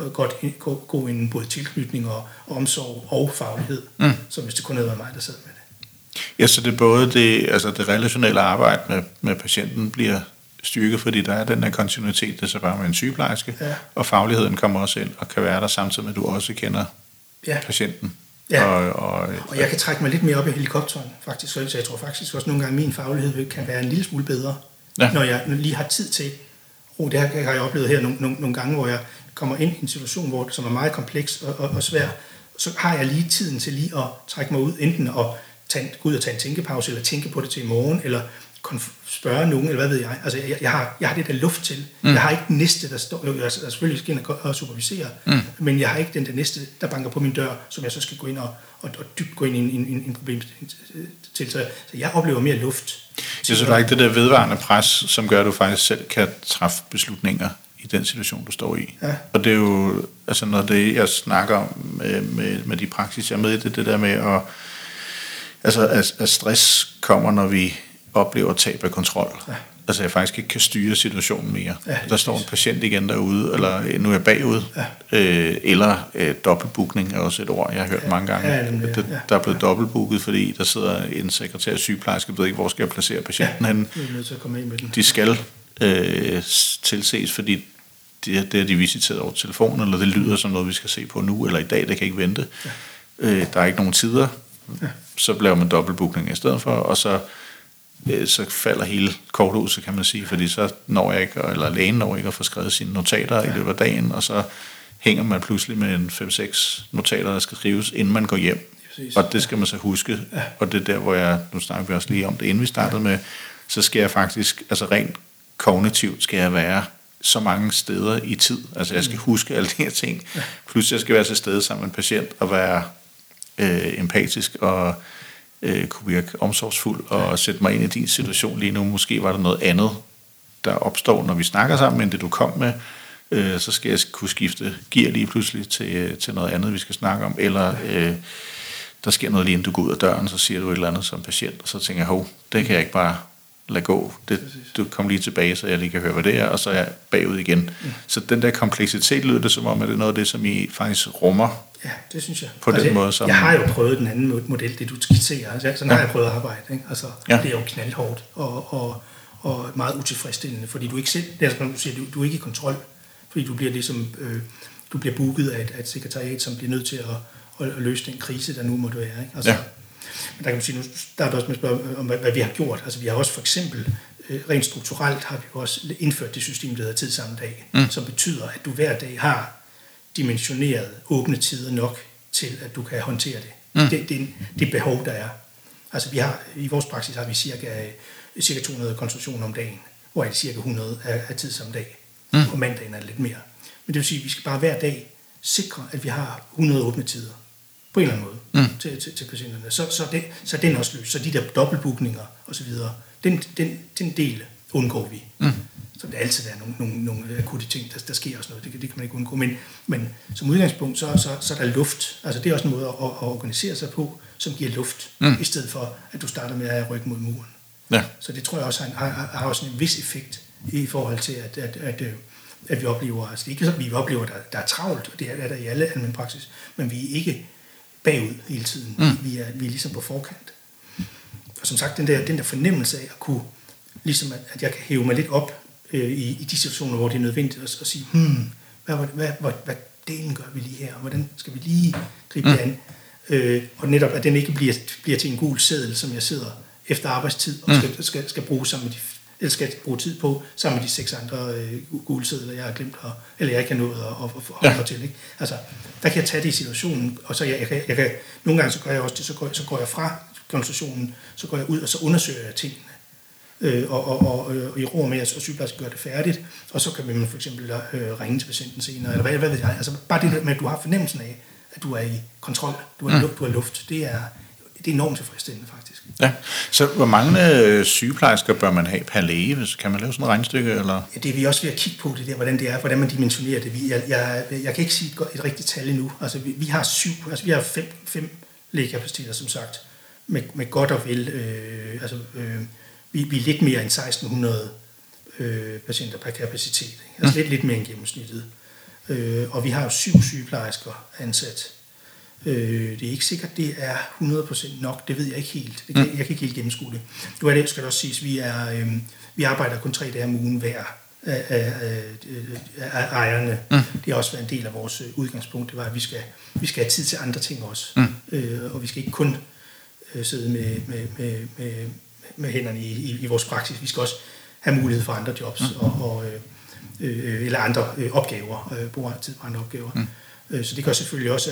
god en både tilknytning og omsorg og faglighed, som hvis det kun havde været mig, der sad med det. Ja, så det er både det relationelle arbejde med patienten bliver styrket, fordi der er den der kontinuitet, det er så bare med en sygeplejerske, og fagligheden kommer også ind og kan være der samtidig med, at du også kender patienten. Ja, og jeg kan trække mig lidt mere op i helikopteren, faktisk, så jeg tror faktisk også nogle gange, at min faglighed kan være en lille smule bedre, når jeg lige har tid til. Det har jeg oplevet her nogle gange, hvor jeg kommer ind i en situation, som er meget kompleks og svær, så har jeg lige tiden til lige at trække mig ud, enten at gå ud og tage en tænkepause, eller tænke på det til i morgen, eller spørge nogen, eller hvad ved jeg. Altså, jeg har det der luft til. Jeg har ikke den næste, der står. Jeg selvfølgelig skal ind og supervisere, men jeg har ikke den der næste, der banker på min dør, som jeg så skal gå ind og dybt gå ind i en problemstilling til. Så jeg oplever mere luft. Så der er ikke det der vedvarende pres, som gør, at du faktisk selv kan træffe beslutninger i den situation, du står i. Ja. Og det er jo, altså når det, jeg snakker om med de praksis, jeg er med i det der med at stress kommer, når vi oplever tab af kontrol. Ja. Altså jeg faktisk ikke kan styre situationen mere. Ja, der står en patient igen derude, eller nu er jeg bagud, eller dobbeltbookning er også et ord, jeg har hørt mange gange. Der er blevet dobbeltbooket, fordi der sidder en sekretær sygeplejerske, ved ikke, hvor skal jeg placere patienten henne. De skal tilses, fordi det er de visiteret over telefonen, eller det lyder som noget, vi skal se på nu, eller i dag, det kan ikke vente. Ja. Der er ikke nogen tider. Ja. Så laver man dobbeltbookning i stedet for, og så falder hele korthuset, kan man sige, fordi så når jeg ikke, eller lægen når ikke at få skrevet sine notater i løbet af dagen, og så hænger man pludselig med en 5-6 notater, der skal skrives, inden man går hjem. Og det skal man så huske, og det er der, hvor nu snakker vi også lige om det, inden vi startede med, så skal jeg faktisk, altså rent kognitivt, skal jeg være så mange steder i tid. Altså jeg skal huske alle de her ting. Plus jeg skal være til stede sammen med en patient og være empatisk og kunne virke omsorgsfuld og sætte mig ind i din situation lige nu. Måske var der noget andet, der opstår, når vi snakker sammen, end det du kom med. Så skal jeg kunne skifte gear lige pludselig til noget andet, vi skal snakke om. Eller der sker noget lige inden du går ud af døren, så siger du et eller andet som patient, og så tænker jeg, det kan jeg ikke bare lade gå. Du kom lige tilbage, så jeg lige kan høre, hvad det er, og så er jeg bagud igen. Så den der kompleksitet lyder det som om, at det er noget af det, som I faktisk rummer. Ja, det synes jeg. På den måde, som... Jeg har jo prøvet den anden model, det du skitserer. Altså, sådan har jeg prøvet at arbejde. Ikke? Altså, det er jo knaldhårdt og meget utilfredsstillende, fordi du ikke selv, det er, som du siger, du er ikke i kontrol, fordi du bliver ligesom, du bliver booket af et sekretariat, som bliver nødt til at løse den krise, der nu måtte være. Ikke? Altså, men der kan man sige, nu starter også med at spørge om, hvad vi har gjort. Altså, vi har også for eksempel, rent strukturelt, har vi også indført det system, der hedder tid samme dag, som betyder, at du hver dag har dimensioneret åbne tider nok til, at du kan håndtere det. Det behov, der er. Altså i vores praksis har vi cirka 200 konsultationer om dagen, hvor det cirka 100 er tid om dag. Og mandagen er det lidt mere. Men det vil sige, at vi skal bare hver dag sikre, at vi har 100 åbne tider. På en eller anden måde til patienterne. Så den også løs. Så de der dobbeltbookninger osv., den del undgår vi. Så det altid være nogle akutte ting, der sker også noget. Det kan man ikke undgå. Men som udgangspunkt, så er der luft. Altså det er også en måde at organisere sig på, som giver luft, i stedet for, at du starter med at have ryggen mod muren. Ja. Så det tror jeg også har også en vis effekt i forhold til, at vi oplever, altså det er ikke sådan, at vi oplever, at der er travlt, og det er der i alle almen praksis, men vi er ikke bagud hele tiden. Vi er ligesom på forkant. Og som sagt, den der fornemmelse af at kunne, ligesom at jeg kan hæve mig lidt op i de situationer, hvor det er nødvendigt at sige, hvad delen gør vi lige her, og hvordan skal vi lige gribe det an? Og netop, at den ikke bliver til en gul seddel, som jeg sidder efter arbejdstid og skal bruge sammen med eller skal bruge tid på sammen med de 6 andre gule sedler, jeg har glemt, eller jeg ikke har nået at forholde mig til. Ikke? Altså, der kan jeg tage det i situationen, og så jeg kan nogle gange så gør jeg også det, så går jeg fra konsultationen, så går jeg ud, og så undersøger jeg tingene. Og i ro med, at sygeplejersken gør det færdigt, og så kan man for eksempel ringe til patienten senere, eller hvad ved jeg. Altså bare det med, at du har fornemmelsen af, at du er i kontrol, du har luft, det er enormt tilfredsstillende faktisk. Ja, så hvor mange sygeplejersker bør man have per læge? Kan man lave sådan et regnestykke? Eller? Ja, det er vi også ved at kigge på, det der, hvordan man dimensionerer det. Jeg kan ikke sige et rigtigt tal endnu. Altså vi har 5 lægekapaciteter, som sagt, med godt og vel, vi er lidt mere end 1600 patienter per kapacitet. Ikke? Altså lidt mere end gennemsnittet. Og vi har jo 7 sygeplejersker ansat. Det er ikke sikkert, det er 100% nok. Det ved jeg ikke helt. Jeg kan ikke helt gennemskue det. Nu er det, skal det også siges, vi arbejder kun 3 dage om ugen hver af ejerne. Det har også været en del af vores udgangspunkt. Det var, at vi skal have tid til andre ting også. Og vi skal ikke kun sidde med hænderne i vores praksis. Vi skal også have mulighed for andre jobs eller andre opgaver. Bruge tid på andre opgaver. Så det gør selvfølgelig også,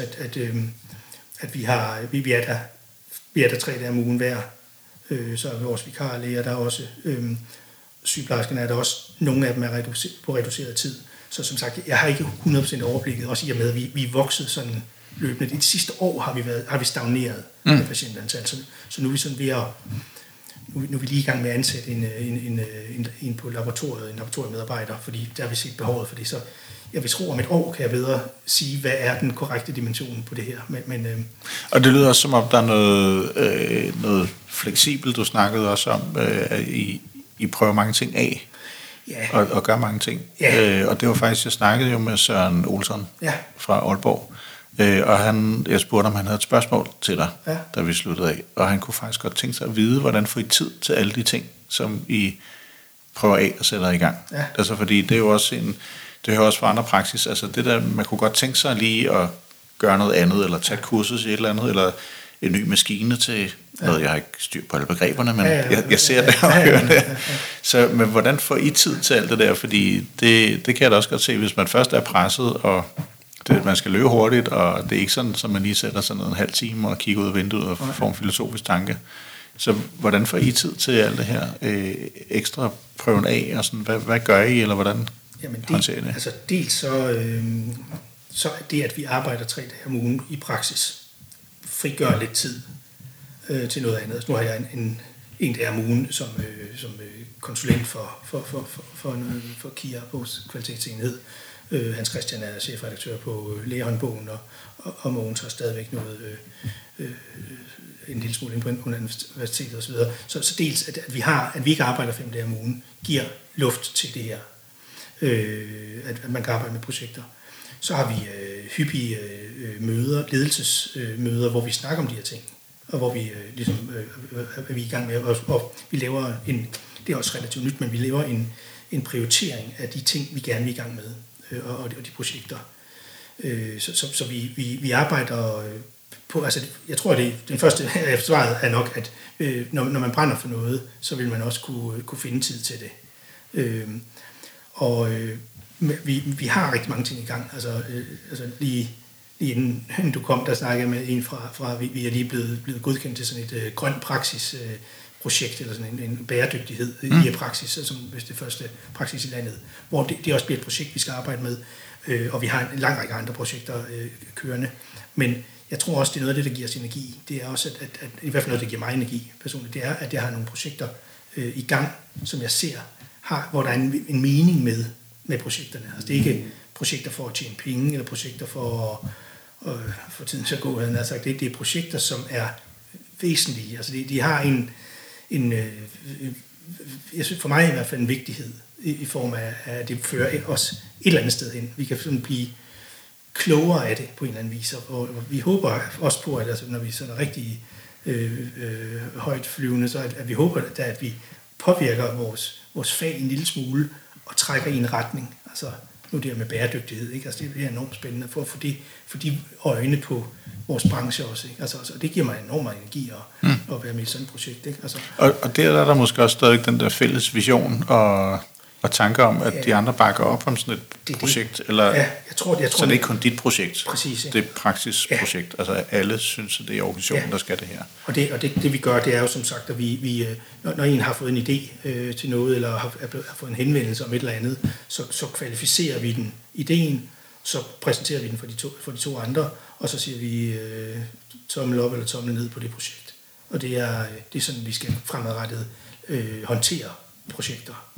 at vi er der 3 dage om ugen hver. Så er vores vikarlæger der også. Sygeplejerskerne er der også. Nogle af dem er på reduceret tid. Så som sagt, jeg har ikke 100% overblikket, også i og med, at vi er vokset sådan løbende. Det sidste år har vi stagneret med patientantal. Så nu er vi sådan ved at... Nu er vi lige i gang med at ansætte en på laboratoriet, en laboratoriemedarbejder, fordi der har vi set behovet for det. Så jeg vil tro, om et år kan jeg bedre sige, hvad er den korrekte dimension på det her. Og det lyder også som om, der er noget fleksibelt, du snakkede også om, I prøver mange ting af, og gør mange ting. Og det var faktisk, jeg snakkede jo med Søren Olsson fra Aalborg, og jeg spurgte, om han havde et spørgsmål til dig, da vi sluttede af. Og han kunne faktisk godt tænke sig at vide, hvordan får I tid til alle de ting, som I prøver af og sætter i gang. Altså fordi det er jo også det hører også fra andre praksis. Altså det der, man kunne godt tænke sig lige at gøre noget andet, eller tage et kursus i et eller andet, eller en ny maskine til noget, jeg har ikke styr på alle begreberne, men jeg ser det og hører det. Så men hvordan får I tid til alt det der? Fordi det kan jeg da også godt se, hvis man først er presset, og man skal løbe hurtigt, og det er ikke sådan, som man lige sætter sig ned en halv time og kigger ud af vinduet og får en filosofisk tanke. Så hvordan får I tid til alt det her ekstra prøven af, og sådan, hvad gør I, eller hvordan håndterer I det? Altså dels så er det, at vi arbejder 3 dage om ugen i praksis, frigør lidt tid til noget andet. Så nu har jeg en dag om ugen som konsulent for KIA, vores kvalitetsenhed. Hans Christian er chefredaktør på Lægehåndbogen, og Mogens har stadigvæk noget en lille smule ind på universitetet osv. Så dels, at vi ikke arbejder 5 dage om ugen, giver luft til det her, at man kan arbejde med projekter. Så har vi hyppige ledelsesmøder, hvor vi snakker om de her ting, og hvor vi er vi i gang med, og vi laver det er også relativt nyt, men vi laver en prioritering af de ting, vi gerne vil i gang med, og de projekter. Så vi arbejder på, altså jeg tror, den første svaret er nok, at når man brænder for noget, så vil man også kunne finde tid til det. vi har rigtig mange ting i gang. Altså lige inden du kom, der snakkede jeg med en fra vi er lige blevet godkendt til sådan et grønt praksisprojekt, eller sådan en bæredygtighed i praksis, som hvis det første praksis i landet, hvor det også bliver et projekt, vi skal arbejde med, og vi har en lang række andre projekter kørende. Men jeg tror også, det er noget af det, der giver os energi. Det er også, at i hvert fald noget, der giver mig energi personligt, det er, at jeg har nogle projekter i gang, som jeg ser, hvor der er en mening med projekterne. Altså det er ikke projekter for at tjene penge, eller projekter for at få tiden til at gå. Altså det er projekter, som er væsentlige. Altså de har jeg synes for mig i hvert fald en vigtighed i form af, at det fører os et eller andet sted hen. Vi kan sådan blive klogere af det på en eller anden vis, og vi håber også på, at altså, når vi sådan er rigtig højt flyvende, så at vi håber, at vi påvirker vores fag en lille smule og trækker i en retning. Altså nu det her med bæredygtighed, ikke? Altså, det er enormt spændende for at få de øjne på vores branche også. Ikke? Altså, det giver mig enormt meget energi at være med i sådan et projekt. Ikke? Altså, og der er der måske også stadig den der fælles vision og tanker om, at de andre bakker op om sådan et projekt, eller jeg tror, så det er ikke kun dit projekt, præcis, det er et praksisprojekt, altså alle synes, at det er organisationen, der skal det her. Og det vi gør, det er jo som sagt, at vi når en har fået en idé til noget, eller har fået en henvendelse om et eller andet, så kvalificerer vi den ideen, så præsenterer vi den for de to andre, og så siger vi tommel op eller tommel ned på det projekt. Og det er sådan, vi skal fremadrettet håndtere projekter.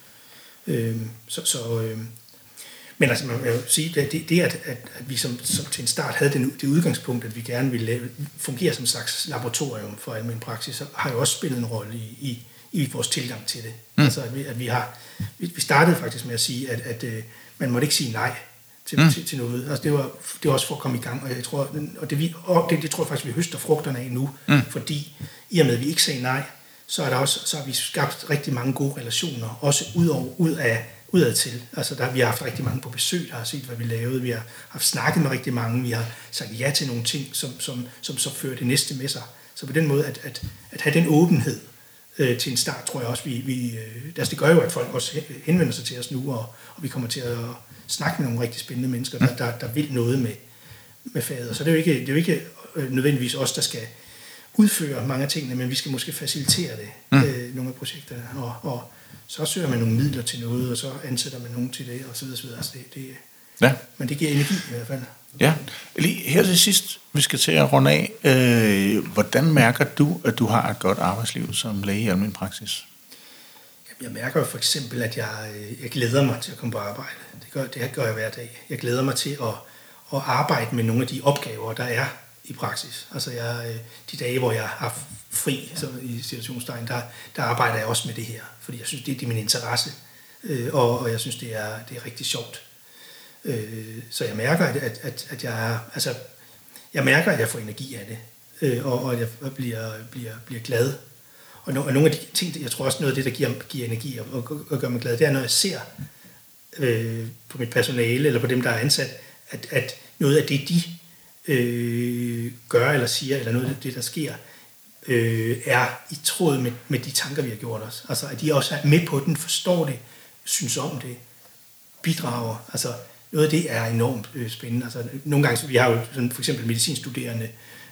Men altså man vil jo sige, at vi som til en start havde det udgangspunkt, at vi gerne ville fungere som en slags laboratorium for almen praksis, har jo også spillet en rolle i vores tilgang til det. Altså at vi startede faktisk med at sige, at man måtte ikke sige nej til noget. Altså det var også for at komme i gang, og jeg tror, det tror jeg faktisk, vi høster frugterne af nu, fordi i og med, at vi ikke sagde nej, så har vi skabt rigtig mange gode relationer, også udad til. Altså vi har haft rigtig mange på besøg, der har set, hvad vi lavede. Vi har haft snakket med rigtig mange. Vi har sagt ja til nogle ting, som så fører det næste med sig. Så på den måde, at have den åbenhed til en start, tror jeg også, det gør jo, at folk også henvender sig til os nu, og vi kommer til at snakke med nogle rigtig spændende mennesker, der vil noget med faget. Så det er jo ikke nødvendigvis os, der skal udføre mange af tingene, men vi skal måske facilitere det, nogle af projekterne, og så søger man nogle midler til noget, og så ansætter man nogen til det, og så videre. Altså men det giver energi i hvert fald. Ja, lige her til sidst, vi skal til at runde af. Hvordan mærker du, at du har et godt arbejdsliv som læge i almen praksis? Jeg mærker jo for eksempel, at jeg glæder mig til at komme på arbejde. Det gør jeg hver dag. Jeg glæder mig til at arbejde med nogle af de opgaver, der er i praksis. Altså de dage, hvor jeg har fri, så i situationstegn, der arbejder jeg også med det her, fordi jeg synes, det er min interesse, og jeg synes, det er rigtig sjovt. Så jeg mærker, at jeg får energi af det, og jeg bliver glad. Og nogle af de ting, jeg tror også noget af det, der giver energi og gør mig glad, det er, når jeg ser på mit personale, eller på dem, der er ansat, at noget af det, de gør eller siger, eller noget af det, der sker, er i tråd med de tanker, vi har gjort os. Altså, at de også er med på den, forstår det, synes om det, bidrager. Altså, noget af det er enormt spændende. Altså, nogle gange, vi har jo sådan, for eksempel medicinstuderende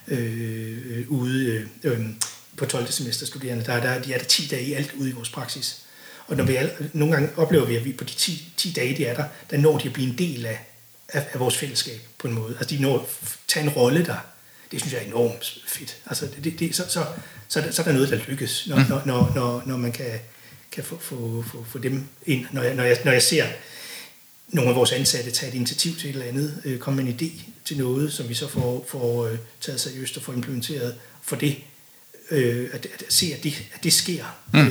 ude på 12. semester studerende, de er der 10 dage i alt ude i vores praksis. Og nogle gange oplever vi, at vi på de 10 dage, de er der når de at blive en del af vores fællesskab på en måde. Altså de når at tage en rolle der. Det synes jeg er enormt fedt. Altså så er der noget, der lykkes, når man kan få dem ind. Når jeg ser nogle af vores ansatte tage et initiativ til et eller andet, komme med en idé til noget, som vi så får taget seriøst og får implementeret, for det, at se, at det sker,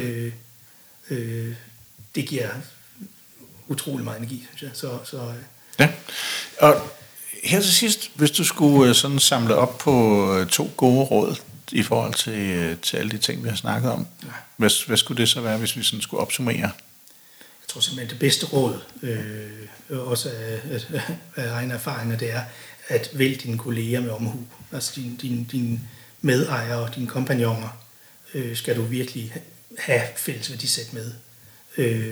det giver utrolig meget energi, synes jeg. Ja, og her til sidst, hvis du skulle sådan samle op på 2 gode råd i forhold til alle de ting, vi har snakket om, hvad skulle det så være, hvis vi sådan skulle opsummere? Jeg tror simpelthen, det bedste råd, også af egne erfaringer, det er, at vælg dine kolleger med omhu. Altså dine medejere og dine kompagnoner skal du virkelig have fælles værdisæt med.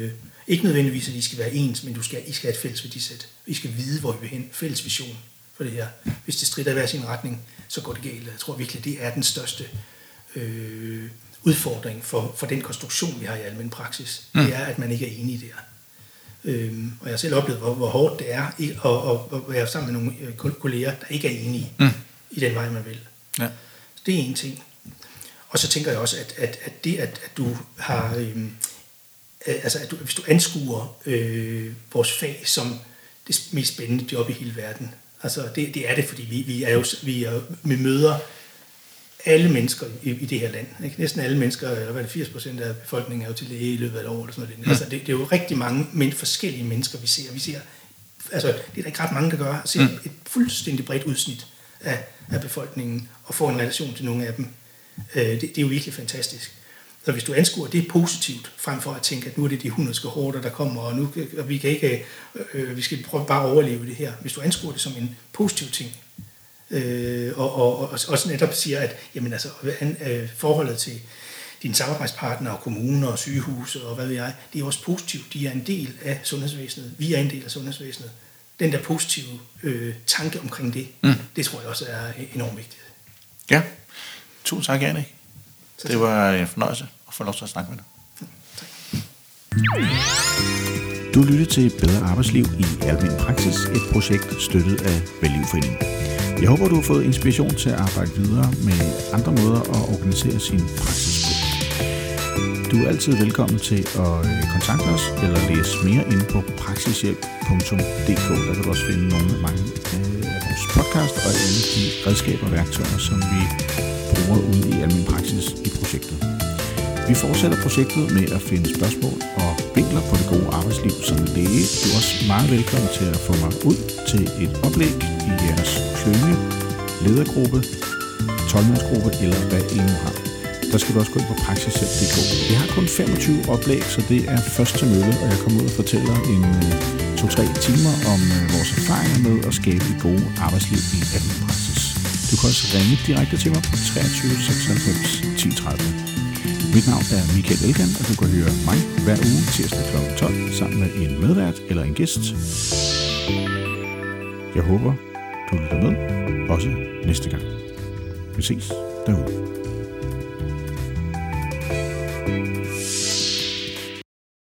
Ikke nødvendigvis, at I skal være ens, men I skal have et fælles værdisæt. I skal vide, hvor I vil hen. Fælles vision for det her. Hvis det strider i hver sin retning, så går det galt. Jeg tror virkelig, det er den største udfordring for den konstruktion, vi har i almen praksis. Det er, at man ikke er enige der. Og jeg har selv oplevet, hvor hårdt det er at være sammen med nogle kolleger, der ikke er enige i den vej, man vil. Ja. Det er en ting. Og så tænker jeg også, at det, at du har... hvis du anskuer vores fag som det mest spændende job i hele verden, altså det er det, fordi vi møder alle mennesker i det her land. Ikke? Næsten alle mennesker, eller 80% af befolkningen er jo til læge i løbet af et år. Eller sådan noget. Altså, det er jo rigtig mange forskellige mennesker, vi ser. Altså, det er der ikke ret mange, der gør. Ser et fuldstændig bredt udsnit af befolkningen, og får en relation til nogle af dem. Det er jo virkelig fantastisk. Så hvis du anskuer det positivt, frem for at tænke, at nu er det de hunderske horder, der kommer, og vi skal prøve bare at overleve det her. Hvis du anskuer det som en positiv ting, og også netop siger, at jamen, altså, forholdet til dine samarbejdspartnere, kommuner og sygehuse og hvad ved jeg, det er også positivt. De er en del af sundhedsvæsenet. Vi er en del af sundhedsvæsenet. Den der positive tanke omkring det, det tror jeg også er enormt vigtigt. Ja, tusind tak, Jannik. Det var en fornøjelse at få lov til at snakke med dig. Tak. Du lytter til Bedre Arbejdsliv i Almen Praksis, et projekt støttet af Vellivforeningen. Jeg håber, du har fået inspiration til at arbejde videre med andre måder at organisere sin praksis på. Du er altid velkommen til at kontakte os eller læse mere inde på praksishjælp.dk. Der kan du også finde nogle af mange af vores podcast og alle de redskaber og værktøjer, som vi bruger ude i almen praksis i projektet. Vi fortsætter projektet med at finde spørgsmål og vinkler på det gode arbejdsliv som læge. Du er også meget velkommen til at få mig ud til et oplæg i jeres klynge, ledergruppe, 12-mandsgruppe eller hvad I nu har. Der skal du også gå ind på praksishjælp.dk. Vi har kun 25 oplæg, så det er først til mølle, og jeg kommer ud og fortæller en 2-3 timer om vores erfaringer med at skabe et gode arbejdsliv i almen praksis. Du kan også ringe direkte til mig på 23 96 10 30. Mit navn er Michael Elgan, og du kan høre mig hver uge tirsdag kl. 12 sammen med en medvært eller en gæst. Jeg håber, du lytter med også næste gang. Vi ses derude.